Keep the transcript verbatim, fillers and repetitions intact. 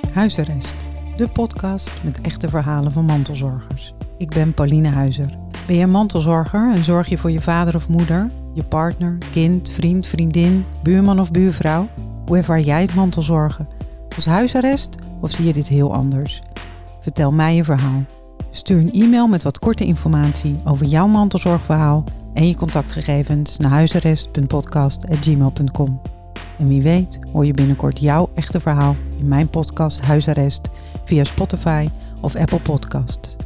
Huisarrest, de podcast met echte verhalen van mantelzorgers. Ik ben Pauline Huizer. Ben jij mantelzorger en zorg je voor je vader of moeder, je partner, kind, vriend, vriendin, buurman of buurvrouw? Hoe ervaar jij het mantelzorgen? Als huisarrest of zie je dit heel anders? Vertel mij je verhaal. Stuur een e-mail met wat korte informatie over jouw mantelzorgverhaal en je contactgegevens naar huisarrest punt podcast apenstaartje gmail punt com. En wie weet hoor je binnenkort jouw echte verhaal in mijn podcast Huisarrest via Spotify of Apple Podcasts.